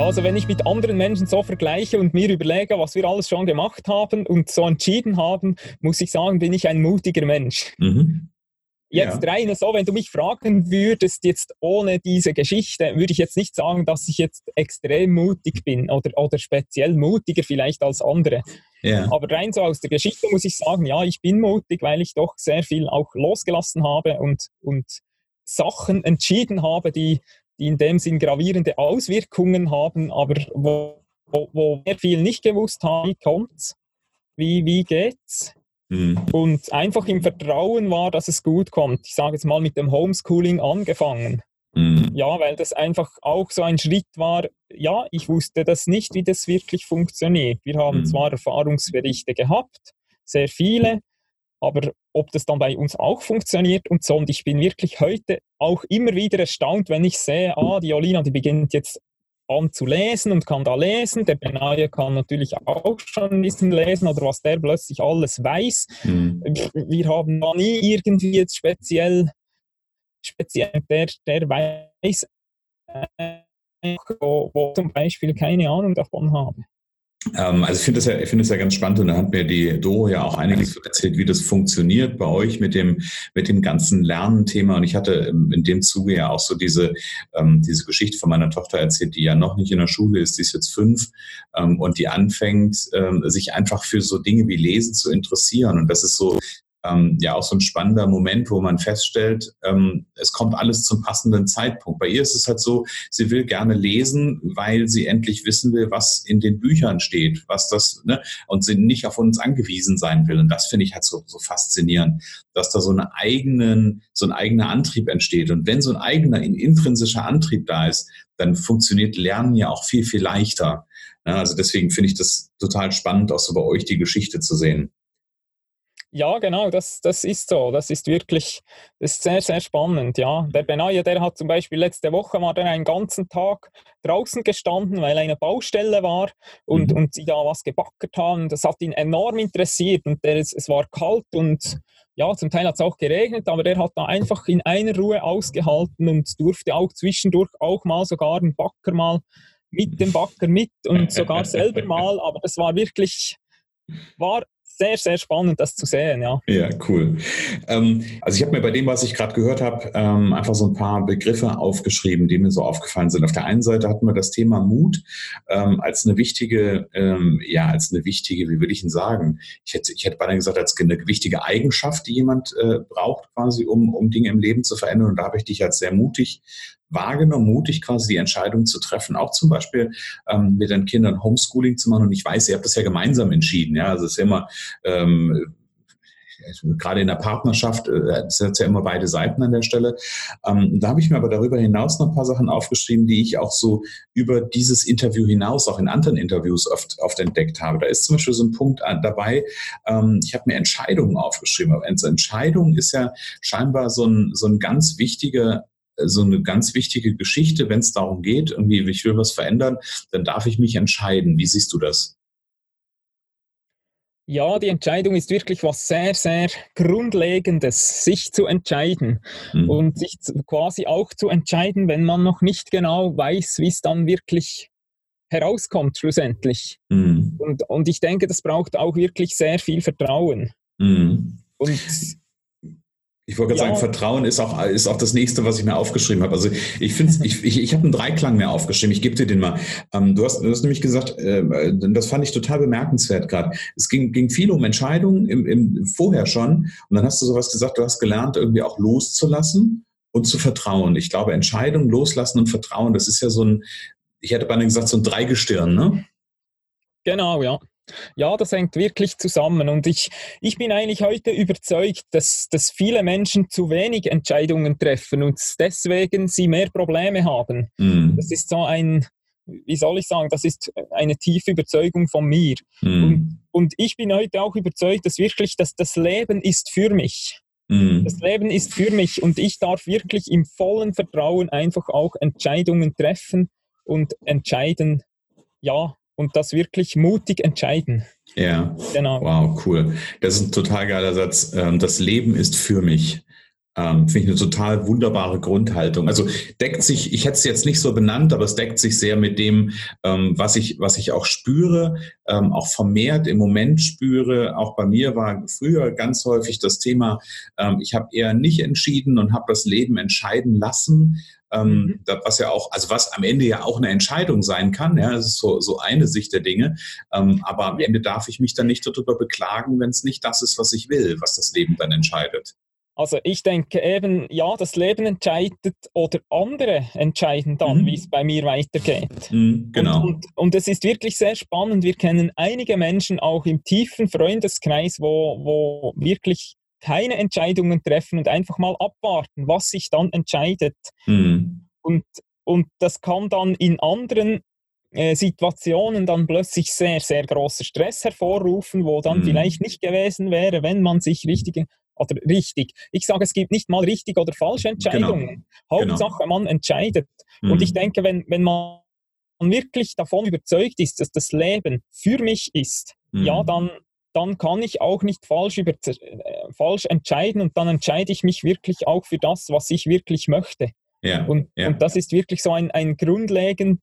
Ja, also wenn ich mit anderen Menschen so vergleiche und mir überlege, was wir alles schon gemacht haben und so entschieden haben, muss ich sagen, bin ich ein mutiger Mensch. Mhm. Jetzt Ja. rein so, wenn du mich fragen würdest, jetzt ohne diese Geschichte, würde ich jetzt nicht sagen, dass ich jetzt extrem mutig bin oder speziell mutiger vielleicht als andere. Ja. Aber rein so aus der Geschichte muss ich sagen, ja, ich bin mutig, weil ich doch sehr viel auch losgelassen habe und Sachen entschieden habe, die in dem Sinn gravierende Auswirkungen haben, aber wo wir viel nicht gewusst haben, wie kommt's, wie geht's? Mhm. Und einfach im Vertrauen war, dass es gut kommt. Ich sage jetzt mal mit dem Homeschooling angefangen. Mhm. Ja, weil das einfach auch so ein Schritt war. Ja, ich wusste das nicht, wie das wirklich funktioniert. Wir haben zwar Erfahrungsberichte gehabt, sehr viele, aber ob das dann bei uns auch funktioniert und so. Und ich bin wirklich heute auch immer wieder erstaunt, wenn ich sehe, die Olina, die beginnt jetzt an zu lesen und kann da lesen. Der Benaye kann natürlich auch schon ein bisschen lesen oder was der plötzlich alles weiß. Mhm. Wir haben da nie irgendwie jetzt speziell der weiß, wo zum Beispiel keine Ahnung davon haben. Also ich finde das ja ganz spannend und da hat mir die Doro ja auch einiges erzählt, wie das funktioniert bei euch mit dem ganzen Lernthema. Und ich hatte in dem Zuge ja auch so diese Geschichte von meiner Tochter erzählt, die ja noch nicht in der Schule ist, die ist jetzt 5 und die anfängt, sich einfach für so Dinge wie Lesen zu interessieren. Und das ist so ja auch so ein spannender Moment, wo man feststellt, es kommt alles zum passenden Zeitpunkt. Bei ihr ist es halt so, sie will gerne lesen, weil sie endlich wissen will, was in den Büchern steht, was das, ne, und sie nicht auf uns angewiesen sein will. Und das finde ich halt so faszinierend, dass da so ein eigener Antrieb entsteht. Und wenn so ein eigener intrinsischer Antrieb da ist, dann funktioniert Lernen ja auch viel, viel leichter. Ja, also deswegen finde ich das total spannend, auch so bei euch die Geschichte zu sehen. Ja, genau, das ist so. Das ist wirklich, das ist sehr, sehr spannend, ja. Der Benaye, der hat zum Beispiel letzte Woche war der einen ganzen Tag draußen gestanden, weil eine Baustelle war und sie da was gebackert haben. Das hat ihn enorm interessiert und es war kalt und ja, zum Teil hat es auch geregnet, aber der hat da einfach in einer Ruhe ausgehalten und durfte auch zwischendurch auch mal sogar einen Backer mal mit dem Backer mit und sogar selber mal, aber das war wirklich, war sehr, sehr spannend, das zu sehen, ja. Ja, cool. Also ich habe mir bei dem, was ich gerade gehört habe, einfach so ein paar Begriffe aufgeschrieben, die mir so aufgefallen sind. Auf der einen Seite hatten wir das Thema Mut als eine wichtige, wie will ich ihn sagen? Ich hätte beinahe gesagt, als eine wichtige Eigenschaft, die jemand braucht quasi, um Dinge im Leben zu verändern. Und da habe ich dich als sehr mutig wahrgenommen, mutig quasi die Entscheidung zu treffen, auch zum Beispiel mit den Kindern Homeschooling zu machen. Und ich weiß, ihr habt das ja gemeinsam entschieden. Ja, also es ist ja immer gerade in der Partnerschaft sind ja immer beide Seiten an der Stelle. Da habe ich mir aber darüber hinaus noch ein paar Sachen aufgeschrieben, die ich auch so über dieses Interview hinaus auch in anderen Interviews oft entdeckt habe. Da ist zum Beispiel so ein Punkt dabei, ich habe mir Entscheidungen aufgeschrieben. Aber Entscheidung ist ja scheinbar so eine ganz wichtige Geschichte, wenn es darum geht, irgendwie, ich will was verändern, dann darf ich mich entscheiden. Wie siehst du das? Ja, die Entscheidung ist wirklich was sehr, sehr Grundlegendes, sich zu entscheiden Hm. und sich quasi auch zu entscheiden, wenn man noch nicht genau weiß, wie es dann wirklich herauskommt schlussendlich. Hm. Und ich denke, das braucht auch wirklich sehr viel Vertrauen. Hm. Und Ich wollte gerade sagen, ja, Vertrauen ist auch das nächste, was ich mir aufgeschrieben habe. Also ich habe einen Dreiklang mir aufgeschrieben. Ich gebe dir den mal. Du hast nämlich gesagt, das fand ich total bemerkenswert gerade. Es ging viel um Entscheidungen vorher schon. Und dann hast du sowas gesagt, du hast gelernt, irgendwie auch loszulassen und zu vertrauen. Ich glaube, Entscheidung, loslassen und Vertrauen, das ist ja ich hätte beinahe gesagt, so ein Dreigestirn, ne? genau, ja. Ja, das hängt wirklich zusammen. Und ich bin eigentlich heute überzeugt, dass viele Menschen zu wenig Entscheidungen treffen und deswegen sie mehr Probleme haben. Das Mm. ist so wie soll ich sagen, das ist eine tiefe Überzeugung von mir. Mm. Und ich bin heute auch überzeugt, dass das Leben ist für mich. Das Mm. Leben ist für mich und ich darf wirklich im vollen Vertrauen einfach auch Entscheidungen treffen und entscheiden, ja, und das wirklich mutig entscheiden. Ja, Genau. wow, cool. Das ist ein total geiler Satz. Das Leben ist für mich. Finde ich eine total wunderbare Grundhaltung. Also deckt sich, ich hätte es jetzt nicht so benannt, aber es deckt sich sehr mit dem, was ich auch spüre, auch vermehrt im Moment spüre. Auch bei mir war früher ganz häufig das Thema, ich habe eher nicht entschieden und habe das Leben entscheiden lassen. Was ja auch, also was am Ende ja auch eine Entscheidung sein kann, ja, das ist so eine Sicht der Dinge. Aber am Ende darf ich mich dann nicht darüber beklagen, wenn es nicht das ist, was ich will, was das Leben dann entscheidet. Also ich denke eben, ja, das Leben entscheidet oder andere entscheiden dann, wie es bei mir weitergeht. Genau. Und es ist wirklich sehr spannend. Wir kennen einige Menschen auch im tiefen Freundeskreis, wo wirklich keine Entscheidungen treffen und einfach mal abwarten, was sich dann entscheidet. Und, und das kann dann in anderen Situationen dann plötzlich sehr, sehr großer Stress hervorrufen, wo dann vielleicht nicht gewesen wäre, wenn man sich richtig. Ich sage, es gibt nicht mal richtig oder falsche Entscheidungen. Hauptsache, man entscheidet. Und ich denke, wenn man wirklich davon überzeugt ist, dass das Leben für mich ist, ja, dann kann ich auch nicht falsch entscheiden und dann entscheide ich mich wirklich auch für das, was ich wirklich möchte. Und das ist wirklich so eine grundlegende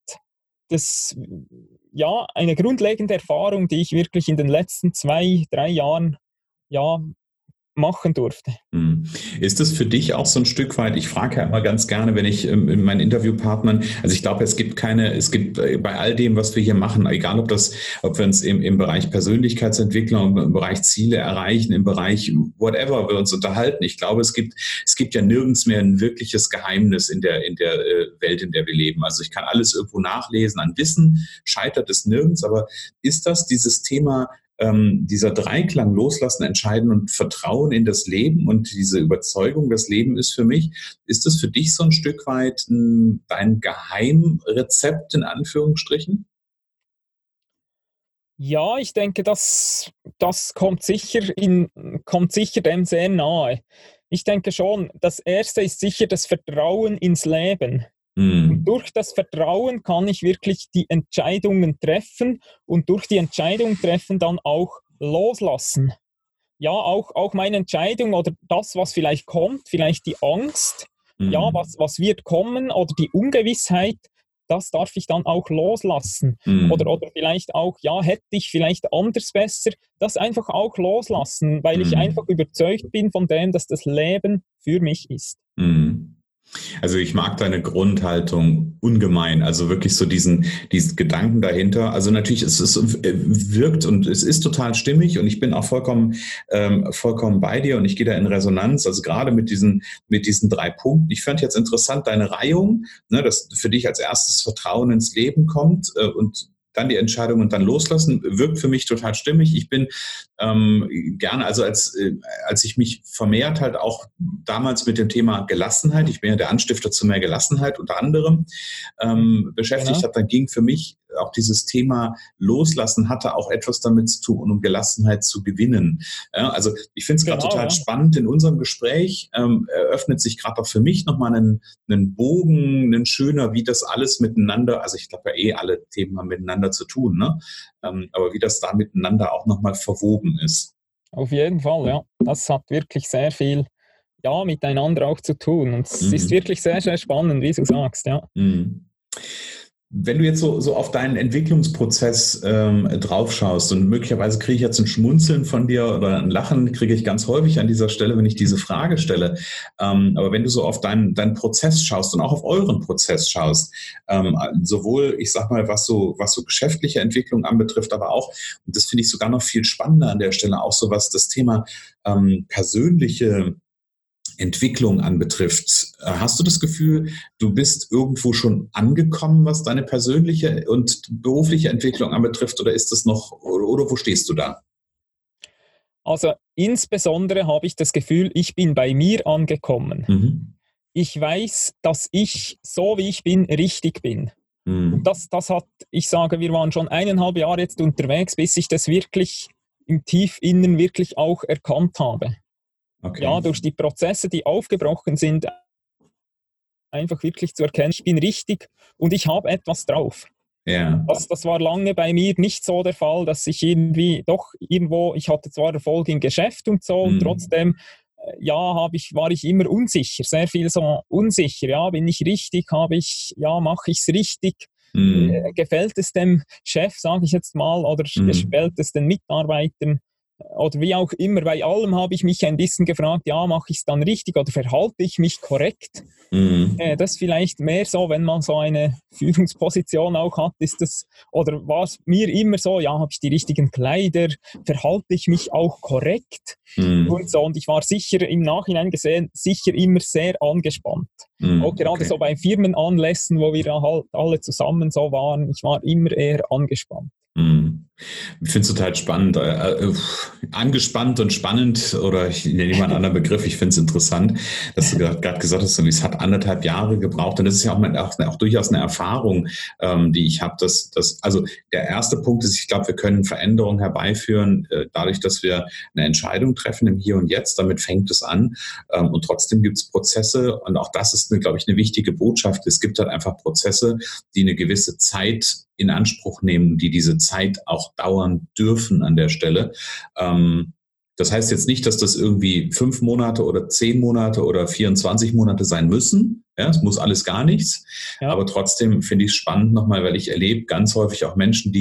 Erfahrung, die ich wirklich in den letzten 2-3 Jahren machen durfte. Ist es für dich auch so ein Stück weit, ich frage ja immer ganz gerne, wenn ich in meinen Interviewpartnern, also ich glaube, es gibt bei all dem, was wir hier machen, egal ob wir uns im Bereich Persönlichkeitsentwicklung, im Bereich Ziele erreichen, im Bereich whatever wir uns unterhalten, ich glaube, es gibt ja nirgends mehr ein wirkliches Geheimnis in der Welt, in der wir leben. Also ich kann alles irgendwo nachlesen an Wissen, scheitert es nirgends, aber ist das dieses Thema, dieser Dreiklang loslassen, entscheiden und Vertrauen in das Leben und diese Überzeugung, das Leben ist für mich, ist das für dich so ein Stück weit dein Geheimrezept in Anführungsstrichen? Ja, ich denke, das kommt sicher dem sehr nahe. Ich denke schon, das Erste ist sicher das Vertrauen ins Leben. Und durch das Vertrauen kann ich wirklich die Entscheidungen treffen und durch die Entscheidung treffen dann auch loslassen. Ja, auch meine Entscheidung oder das, was vielleicht kommt, vielleicht die Angst, ja, was wird kommen oder die Ungewissheit, das darf ich dann auch loslassen. Oder vielleicht auch, ja, hätte ich vielleicht anders besser, das einfach auch loslassen, weil ich einfach überzeugt bin von dem, dass das Leben für mich ist. Also ich mag deine Grundhaltung ungemein, also wirklich so diesen Gedanken dahinter. Also natürlich, es wirkt und es ist total stimmig und ich bin auch vollkommen bei dir und ich gehe da in Resonanz, also gerade mit diesen 3 Punkten. Ich fand jetzt interessant deine Reihung, ne, dass für dich als erstes Vertrauen ins Leben kommt und dann die Entscheidung und dann loslassen, wirkt für mich total stimmig. Ich bin gerne, also als ich mich vermehrt halt auch damals mit dem Thema Gelassenheit, ich bin ja der Anstifter zu mehr Gelassenheit unter anderem, beschäftigt habe, dann ging für mich auch dieses Thema Loslassen hatte auch etwas damit zu tun, um Gelassenheit zu gewinnen. Ja, also ich finde es gerade total spannend. In unserem Gespräch eröffnet sich gerade auch für mich nochmal einen Bogen, ein schöner, wie das alles miteinander, also ich glaube ja alle Themen haben miteinander zu tun, ne? Aber wie das da miteinander auch nochmal verwoben ist. Auf jeden Fall, ja. Das hat wirklich sehr viel miteinander auch zu tun. Und es ist wirklich sehr, sehr spannend, wie du sagst, ja. Wenn du jetzt so auf deinen Entwicklungsprozess drauf schaust und möglicherweise kriege ich jetzt ein Schmunzeln von dir oder ein Lachen kriege ich ganz häufig an dieser Stelle, wenn ich diese Frage stelle. Aber wenn du so auf deinen Prozess schaust und auch auf euren Prozess schaust, sowohl, ich sag mal, was so geschäftliche Entwicklung anbetrifft, aber auch, und das finde ich sogar noch viel spannender an der Stelle, auch so was das Thema persönliche Entwicklung anbetrifft. Hast du das Gefühl, du bist irgendwo schon angekommen, was deine persönliche und berufliche Entwicklung anbetrifft, oder ist das noch, oder wo stehst du da? Also insbesondere habe ich das Gefühl, ich bin bei mir angekommen. Ich weiß, dass ich, so wie ich bin, richtig bin. Und das hat, ich sage, wir waren schon 1,5 Jahre jetzt unterwegs, bis ich das wirklich im Tiefinneren wirklich auch erkannt habe. Okay. Ja, durch die Prozesse, die aufgebrochen sind, einfach wirklich zu erkennen, ich bin richtig und ich habe etwas drauf. Ja. Das war lange bei mir nicht so der Fall, dass ich ich hatte zwar Erfolg im Geschäft und so, und trotzdem ja, war ich immer unsicher, sehr viel so unsicher. Ja, bin ich richtig? Mache ich es richtig? Mhm. Gefällt es dem Chef, sage ich jetzt mal, oder Mhm. gefällt es den Mitarbeitern? Oder wie auch immer, bei allem habe ich mich ein bisschen gefragt, ja, mache ich es dann richtig oder verhalte ich mich korrekt? Mhm. Das vielleicht mehr so, wenn man so eine Führungsposition auch hat, ist das, oder war es mir immer so, ja, habe ich die richtigen Kleider, verhalte ich mich auch korrekt und Mhm. so. Und ich war sicher, im Nachhinein gesehen, sicher immer sehr angespannt. Auch Mhm. gerade Okay. so bei Firmenanlässen, wo wir da halt alle zusammen so waren, ich war immer eher angespannt. Mhm. Ich finde es total spannend. Angespannt und spannend, oder ich nenne mal einen anderen Begriff, ich finde es interessant, dass du gerade gesagt hast, es hat 1,5 Jahre gebraucht. Und das ist ja auch durchaus eine Erfahrung, die ich habe. Also der erste Punkt ist, ich glaube, wir können Veränderungen herbeiführen, dadurch, dass wir eine Entscheidung treffen im Hier und Jetzt. Damit fängt es an. Und trotzdem gibt es Prozesse. Und auch das ist, glaube ich, eine wichtige Botschaft. Es gibt halt einfach Prozesse, die eine gewisse Zeit in Anspruch nehmen, die diese Zeit auch dauern dürfen an der Stelle. Das heißt jetzt nicht, dass das irgendwie 5 Monate oder 10 Monate oder 24 Monate sein müssen. Ja, es muss alles gar nichts. Ja, Aber trotzdem finde ich es spannend nochmal, weil ich erlebe ganz häufig auch Menschen,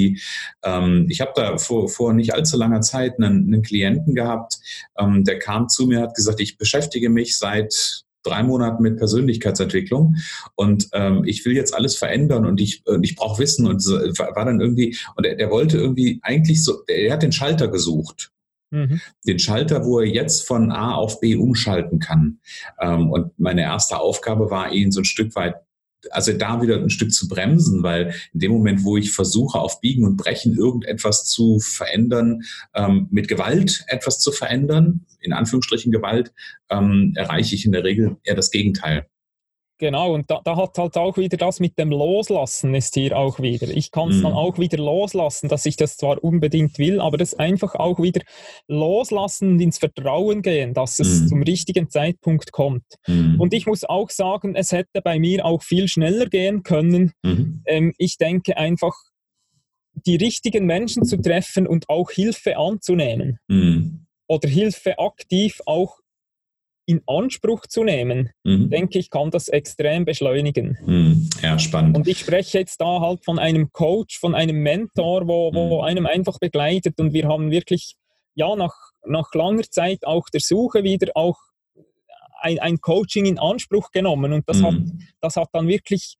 ich habe da vor nicht allzu langer Zeit einen Klienten gehabt, der kam zu mir, hat gesagt, ich beschäftige mich seit 3 Monaten mit Persönlichkeitsentwicklung und ich will jetzt alles verändern und ich brauche Wissen und so, war dann irgendwie, und der wollte irgendwie eigentlich so, er hat den Schalter gesucht. mhm. Den Schalter, wo er jetzt von A auf B umschalten kann. Und meine erste Aufgabe war, ihn so ein Stück weit, also da wieder ein Stück zu bremsen, weil in dem Moment, wo ich versuche, auf Biegen und Brechen irgendetwas zu verändern, mit Gewalt etwas zu verändern, in Anführungsstrichen Gewalt, erreiche ich in der Regel eher das Gegenteil. Genau, und da hat halt auch wieder das mit dem Loslassen ist hier auch wieder. Ich kann es dann Mm, auch wieder loslassen, dass ich das zwar unbedingt will, aber das einfach auch wieder loslassen und ins Vertrauen gehen, dass es zum mm, richtigen Zeitpunkt kommt. Und mm, ich muss auch sagen, es hätte bei mir auch viel schneller gehen können. mm, Ich denke einfach, die richtigen Menschen zu treffen und auch Hilfe anzunehmen mm, oder Hilfe aktiv auch in Anspruch zu nehmen, mm, denke ich, kann das extrem beschleunigen. ja, spannend. Und ich spreche jetzt da halt von einem Coach, von einem Mentor, wo Mm, einem einfach begleitet. Und wir haben wirklich, ja, nach langer Zeit auch der Suche wieder auch ein Coaching in Anspruch genommen. Und mm, das hat dann wirklich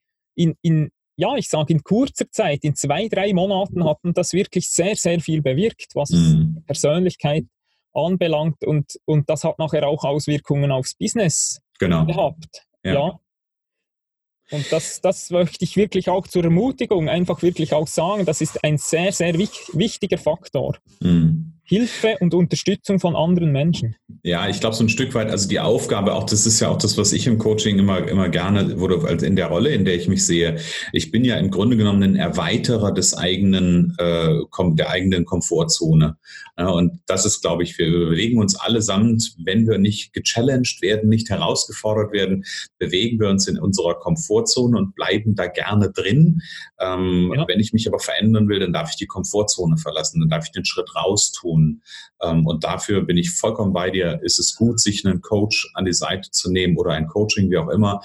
ja, ich sage in kurzer Zeit, in 2, 3 Monaten hatten das wirklich sehr, sehr viel bewirkt, was die mm, Persönlichkeit anbelangt. Und das hat nachher auch Auswirkungen aufs Business genau. gehabt. Ja. Ja, und das möchte ich wirklich auch zur Ermutigung einfach wirklich auch sagen. Das ist ein sehr, sehr wichtiger Faktor. Mm. Hilfe und Unterstützung von anderen Menschen. Ja, ich glaube, so ein Stück weit, also die Aufgabe, auch das ist ja auch das, was ich im Coaching immer gerne, oder also in der Rolle, in der ich mich sehe. Ich bin ja im Grunde genommen ein Erweiterer der eigenen Komfortzone. Ja, und das ist, glaube ich, wir bewegen uns allesamt, wenn wir nicht gechallenged werden, nicht herausgefordert werden, bewegen wir uns in unserer Komfortzone und bleiben da gerne drin. Ja, Wenn ich mich aber verändern will, dann darf ich die Komfortzone verlassen, dann darf ich den Schritt raus tun. Und dafür bin ich vollkommen bei dir. Ist es gut, sich einen Coach an die Seite zu nehmen oder ein Coaching, wie auch immer,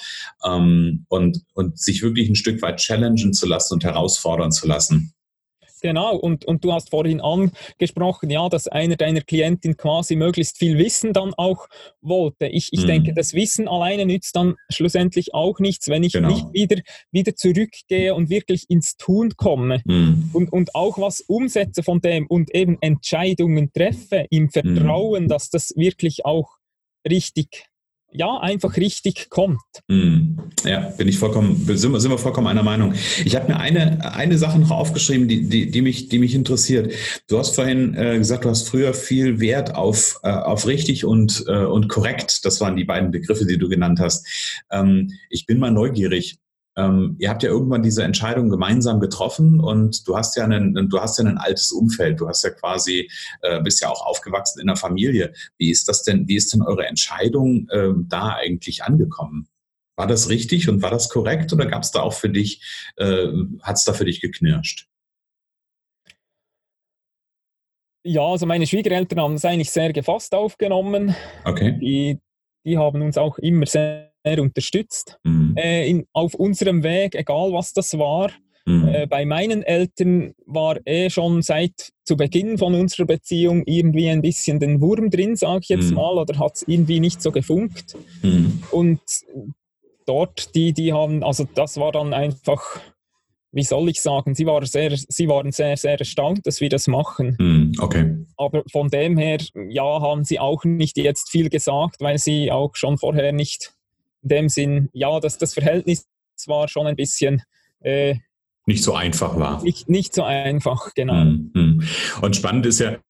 und sich wirklich ein Stück weit challengen zu lassen und herausfordern zu lassen. genau. Und du hast vorhin angesprochen, ja, dass einer deiner Klienten quasi möglichst viel Wissen dann auch wollte. Ich denke, Mm, das Wissen alleine nützt dann schlussendlich auch nichts, wenn ich nicht genau. wieder zurückgehe und wirklich ins Tun komme. Mm, Und auch was umsetze von dem und eben Entscheidungen treffe im mm. Vertrauen, dass das wirklich auch richtig, ja, einfach richtig kommt. Ja, sind wir vollkommen einer Meinung. Ich habe mir eine Sache noch aufgeschrieben, die mich interessiert. Du hast vorhin gesagt, du hast früher viel Wert auf richtig und korrekt. Das waren die beiden Begriffe, die du genannt hast. Ich bin mal neugierig. Ihr habt ja irgendwann diese Entscheidung gemeinsam getroffen und du hast ja ein altes Umfeld. Du hast ja quasi, bist ja auch aufgewachsen in einer Familie. Wie ist denn eure Entscheidung da eigentlich angekommen? War das richtig und war das korrekt oder gab es da auch für dich, hat es da für dich geknirscht? Ja, also meine Schwiegereltern haben es eigentlich sehr gefasst aufgenommen. Okay. Die haben uns auch immer sehr unterstützt Mhm. auf unserem Weg, egal was das war. Mhm. Bei meinen Eltern war schon seit zu Beginn von unserer Beziehung irgendwie ein bisschen den Wurm drin, sage ich jetzt Mhm. mal, oder hat es irgendwie nicht so gefunkt. Mhm. Und dort, die haben, also das war dann einfach, wie soll ich sagen, sie waren sehr, sehr erstaunt, dass wir das machen. Mhm. Okay. Aber von dem her, ja, haben sie auch nicht jetzt viel gesagt, weil sie auch schon vorher nicht in dem Sinn, ja, dass das Verhältnis war schon ein bisschen Nicht so einfach war. nicht so einfach, genau. Mhm. Und spannend ist ja,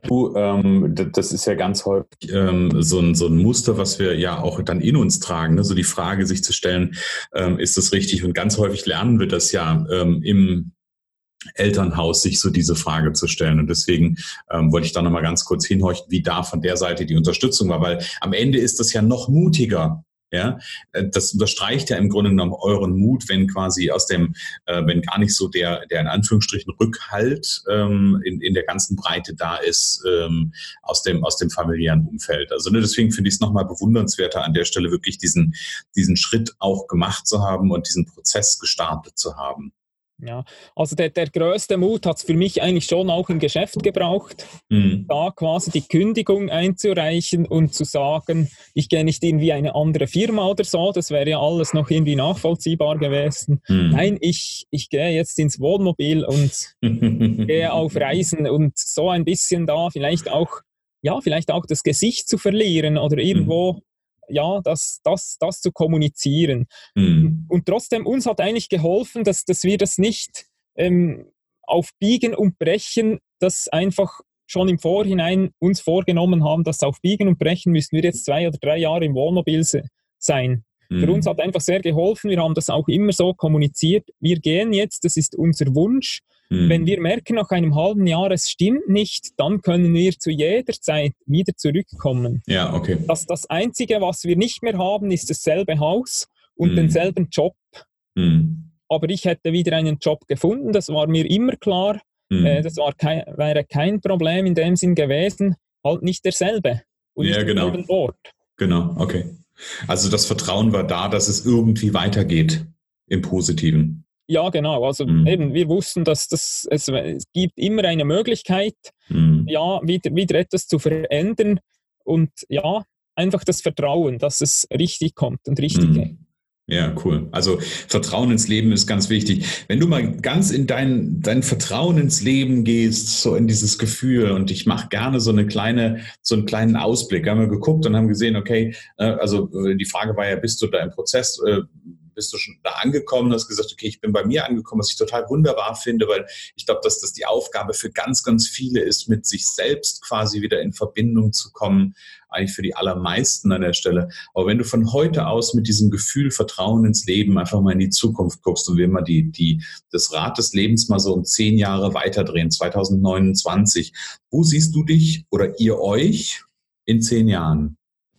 das ist ja ganz häufig so ein Muster, was wir ja auch dann in uns tragen, ne? So die Frage sich zu stellen, ist das richtig? Und ganz häufig lernen wir das ja im Elternhaus, sich so diese Frage zu stellen. Und deswegen wollte ich da nochmal ganz kurz hinhorchen, wie da von der Seite die Unterstützung war, weil am Ende ist das ja noch mutiger. Ja, das unterstreicht ja im Grunde genommen euren Mut, wenn quasi wenn gar nicht so der in Anführungsstrichen Rückhalt in der ganzen Breite da ist aus dem familiären Umfeld. Also ne, deswegen finde ich es nochmal bewundernswerter, an der Stelle wirklich diesen Schritt auch gemacht zu haben und diesen Prozess gestartet zu haben. Ja, also der größte Mut hat es für mich eigentlich schon auch im Geschäft gebraucht, Mhm. da quasi die Kündigung einzureichen und zu sagen, ich gehe nicht irgendwie eine andere Firma oder so, das wäre ja alles noch irgendwie nachvollziehbar gewesen. Nein, Mhm. ich gehe jetzt ins Wohnmobil und gehe auf Reisen und so ein bisschen da vielleicht auch, ja, vielleicht auch das Gesicht zu verlieren oder Mhm. irgendwo, ja, das zu kommunizieren. Mhm. Und trotzdem, uns hat eigentlich geholfen, dass wir das nicht auf Biegen und Brechen, das einfach schon im Vorhinein uns vorgenommen haben, dass auf Biegen und Brechen müssen wir jetzt 2 oder 3 Jahre im Wohnmobil sein. Für uns hat Mhm. einfach sehr geholfen, wir haben das auch immer so kommuniziert, wir gehen jetzt, das ist unser Wunsch. Wenn wir Mhm. merken, nach einem halben Jahr, es stimmt nicht, dann können wir zu jeder Zeit wieder zurückkommen. Ja, okay. Das Einzige, was wir nicht mehr haben, ist dasselbe Haus und Mhm. denselben Job. Mhm. Aber ich hätte wieder einen Job gefunden, das war mir immer klar. Das Mhm. wäre kein Problem in dem Sinn gewesen, halt nicht derselbe und Ja, nicht am selben genau. Ort. Genau, okay. Also das Vertrauen war da, dass es irgendwie weitergeht im Positiven. Ja, genau. Also eben, Mhm. wir wussten, es gibt immer eine Möglichkeit, Mhm. ja, wieder etwas zu verändern und ja, einfach das Vertrauen, dass es richtig kommt und richtig geht. Mhm. Ja, cool. Also Vertrauen ins Leben ist ganz wichtig. Wenn du mal ganz in dein Vertrauen ins Leben gehst, so in dieses Gefühl, und ich mache gerne so einen kleinen Ausblick. Haben wir geguckt und haben gesehen, okay, die Frage war ja, bist du da im Prozess, bist du schon da angekommen, hast gesagt, okay, ich bin bei mir angekommen, was ich total wunderbar finde, weil ich glaube, dass das die Aufgabe für ganz, ganz viele ist, mit sich selbst quasi wieder in Verbindung zu kommen, eigentlich für die allermeisten an der Stelle. Aber wenn du von heute aus mit diesem Gefühl Vertrauen ins Leben einfach mal in die Zukunft guckst und wir mal das Rad des Lebens mal so um 10 Jahre weiterdrehen, 2029, wo siehst du dich oder ihr euch in 10 Jahren?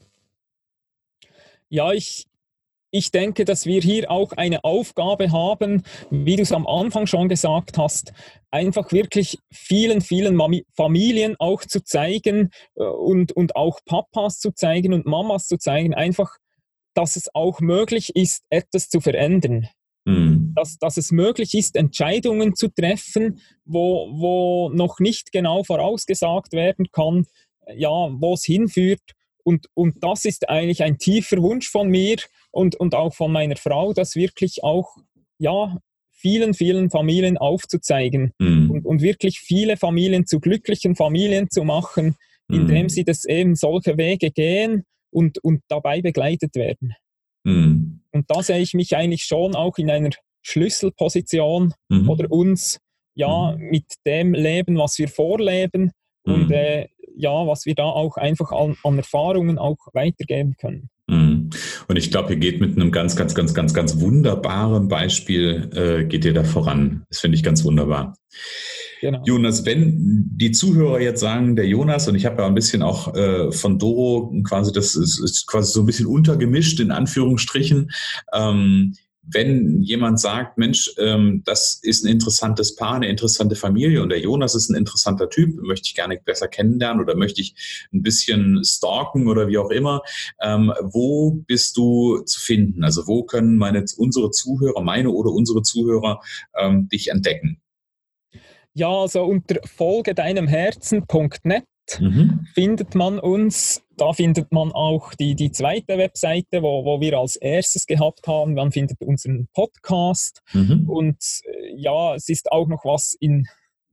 Ja, ich denke, dass wir hier auch eine Aufgabe haben, wie du es am Anfang schon gesagt hast, einfach wirklich vielen, vielen Familien auch zu zeigen und auch Papas zu zeigen und Mamas zu zeigen, einfach, dass es auch möglich ist, etwas zu verändern. Hm. Dass es möglich ist, Entscheidungen zu treffen, wo noch nicht genau vorausgesagt werden kann, ja, wo es hinführt. Und das ist eigentlich ein tiefer Wunsch von mir und auch von meiner Frau, das wirklich auch ja, vielen, vielen Familien aufzuzeigen Hm. und wirklich viele Familien zu glücklichen Familien zu machen, indem sie Hm. das eben solche Wege gehen und dabei begleitet werden. Hm. Und da sehe ich mich eigentlich schon auch in einer Schlüsselposition oder Mhm. uns ja Mhm. mit dem Leben, was wir vorleben und Mhm. ja, was wir da auch einfach an Erfahrungen auch weitergeben können. Mhm. Und ich glaube, ihr geht mit einem ganz, ganz, ganz, ganz, ganz wunderbaren Beispiel, geht ihr da voran. Das finde ich ganz wunderbar. Genau. Jonas, wenn die Zuhörer jetzt sagen, der Jonas, und ich habe ja ein bisschen auch von Doro quasi, das ist quasi so ein bisschen untergemischt, in Anführungsstrichen, wenn jemand sagt, Mensch, das ist ein interessantes Paar, eine interessante Familie und der Jonas ist ein interessanter Typ, möchte ich gerne besser kennenlernen oder möchte ich ein bisschen stalken oder wie auch immer, wo bist du zu finden? Also wo können unsere Zuhörer, meine oder unsere Zuhörer dich entdecken? Ja, also unter folgedeinemherzen.net findet man uns. Da findet man auch die zweite Webseite, wo wir als erstes gehabt haben. Man findet unseren Podcast. Und ja, es ist auch noch was in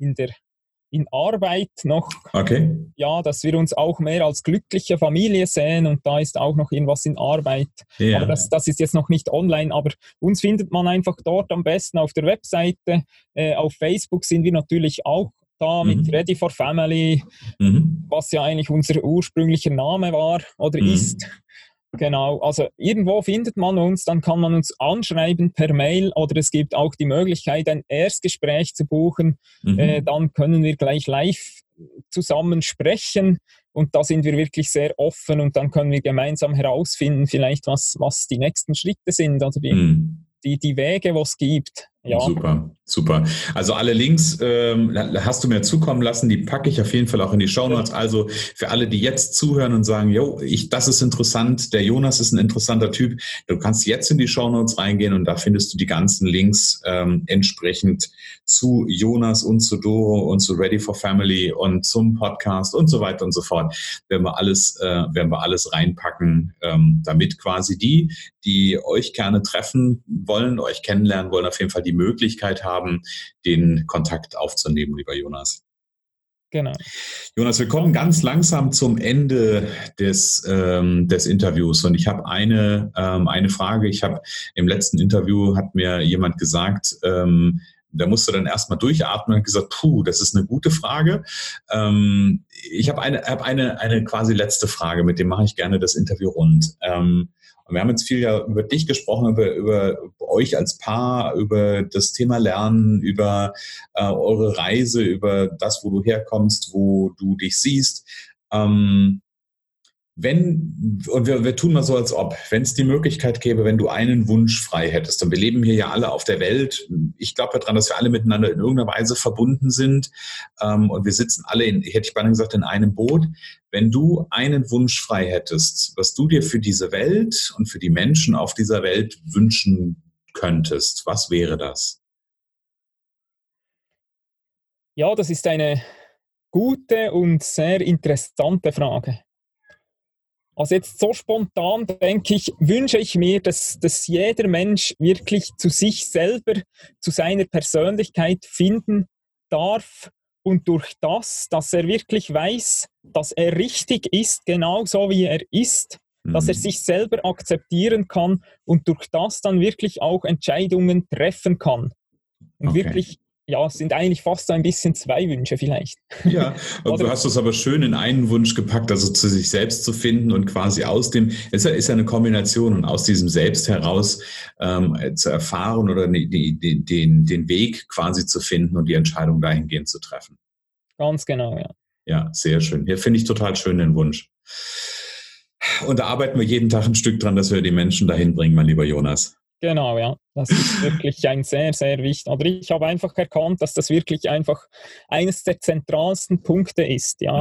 Arbeit noch. Okay. Ja, dass wir uns auch mehr als glückliche Familie sehen und da ist auch noch irgendwas in Arbeit. Ja. Aber das ist jetzt noch nicht online, aber uns findet man einfach dort am besten auf der Webseite. Auf Facebook sind wir natürlich auch da mit Ready for Family, was ja eigentlich unser ursprünglicher Name war oder ist. Genau, also irgendwo findet man uns, dann kann man uns anschreiben per Mail oder es gibt auch die Möglichkeit, ein Erstgespräch zu buchen. Dann können wir gleich live zusammen sprechen und da sind wir wirklich sehr offen und dann können wir gemeinsam herausfinden, vielleicht was die nächsten Schritte sind, also die Wege, was es gibt. Ja. Super. Also alle Links hast du mir zukommen lassen, die packe ich auf jeden Fall auch in die Shownotes. Also für alle, die jetzt zuhören und sagen, das ist interessant, der Jonas ist ein interessanter Typ, du kannst jetzt in die Shownotes reingehen und da findest du die ganzen Links entsprechend zu Jonas und zu Doro und zu Ready for Family und zum Podcast und so weiter und so fort. Werden wir alles reinpacken, damit quasi die euch gerne treffen wollen, euch kennenlernen wollen, auf jeden Fall die Möglichkeit haben, den Kontakt aufzunehmen, lieber Jonas. Genau. Jonas, wir kommen ganz langsam zum Ende des Interviews und ich habe eine Frage. Ich habe im letzten Interview hat mir jemand gesagt, da musst du dann erstmal durchatmen und gesagt, das ist eine gute Frage. Ich habe eine quasi letzte Frage, mit dem mache ich gerne das Interview rund. Und wir haben jetzt viel ja über dich gesprochen, über euch als Paar, über das Thema Lernen, über eure Reise, über das, wo du herkommst, wo du dich siehst. Wir tun mal so, als ob, wenn es die Möglichkeit gäbe, wenn du einen Wunsch frei hättest, und wir leben hier ja alle auf der Welt, ich glaube daran, dass wir alle miteinander in irgendeiner Weise verbunden sind und wir sitzen alle, hätte ich beinahe gesagt, in einem Boot. Wenn du einen Wunsch frei hättest, was du dir für diese Welt und für die Menschen auf dieser Welt wünschen könntest, was wäre das? Ja, das ist eine gute und sehr interessante Frage. Also jetzt so spontan denke ich, wünsche ich mir, dass jeder Mensch wirklich zu sich selber, zu seiner Persönlichkeit finden darf und durch das, dass er wirklich weiß, dass er richtig ist, genau so wie er ist, dass er sich selber akzeptieren kann und durch das dann wirklich auch Entscheidungen treffen kann. Und wirklich, ja, es sind eigentlich fast so ein bisschen zwei Wünsche vielleicht. Ja, und du hast es aber schön in einen Wunsch gepackt, also zu sich selbst zu finden und quasi ist ja eine Kombination und aus diesem Selbst heraus zu erfahren oder den Weg quasi zu finden und die Entscheidung dahingehend zu treffen. Ganz genau, ja. Ja, sehr schön. Hier finde ich total schön den Wunsch. Und da arbeiten wir jeden Tag ein Stück dran, dass wir die Menschen dahin bringen, mein lieber Jonas. Genau, ja. Das ist wirklich ein sehr, sehr wichtig. Aber ich habe einfach erkannt, dass das wirklich einfach eines der zentralsten Punkte ist, ja.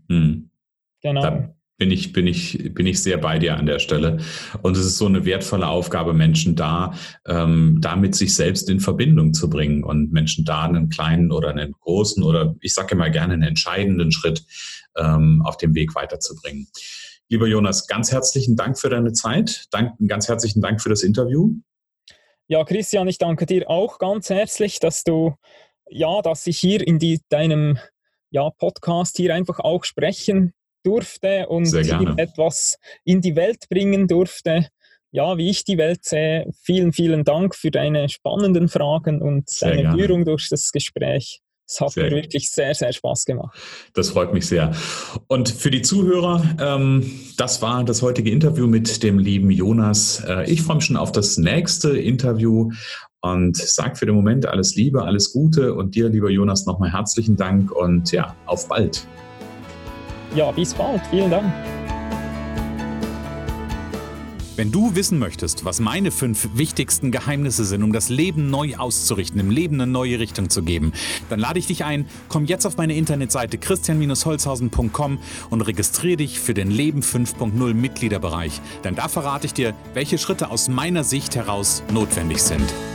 Genau. Da bin ich sehr bei dir an der Stelle. Und es ist so eine wertvolle Aufgabe, Menschen da mit sich selbst in Verbindung zu bringen und Menschen da einen kleinen oder einen großen oder ich sage immer gerne einen entscheidenden Schritt auf dem Weg weiterzubringen. Lieber Jonas, ganz herzlichen Dank für deine Zeit. Ganz herzlichen Dank für das Interview. Ja, Christian, ich danke dir auch ganz herzlich, dass ich hier in deinem Podcast hier einfach auch sprechen durfte und hier etwas in die Welt bringen durfte, ja, wie ich die Welt sehe. Vielen, vielen Dank für deine spannenden Fragen und deine Führung durch das Gespräch. Es hat mir wirklich sehr, sehr Spaß gemacht. Das freut mich sehr. Und für die Zuhörer, das war das heutige Interview mit dem lieben Jonas. Ich freue mich schon auf das nächste Interview und sage für den Moment alles Liebe, alles Gute und dir, lieber Jonas, nochmal herzlichen Dank und ja, auf bald. Ja, bis bald. Vielen Dank. Wenn du wissen möchtest, was meine 5 wichtigsten Geheimnisse sind, um das Leben neu auszurichten, im Leben eine neue Richtung zu geben, dann lade ich dich ein, komm jetzt auf meine Internetseite christian-holzhausen.com und registriere dich für den Leben 5.0 Mitgliederbereich. Denn da verrate ich dir, welche Schritte aus meiner Sicht heraus notwendig sind.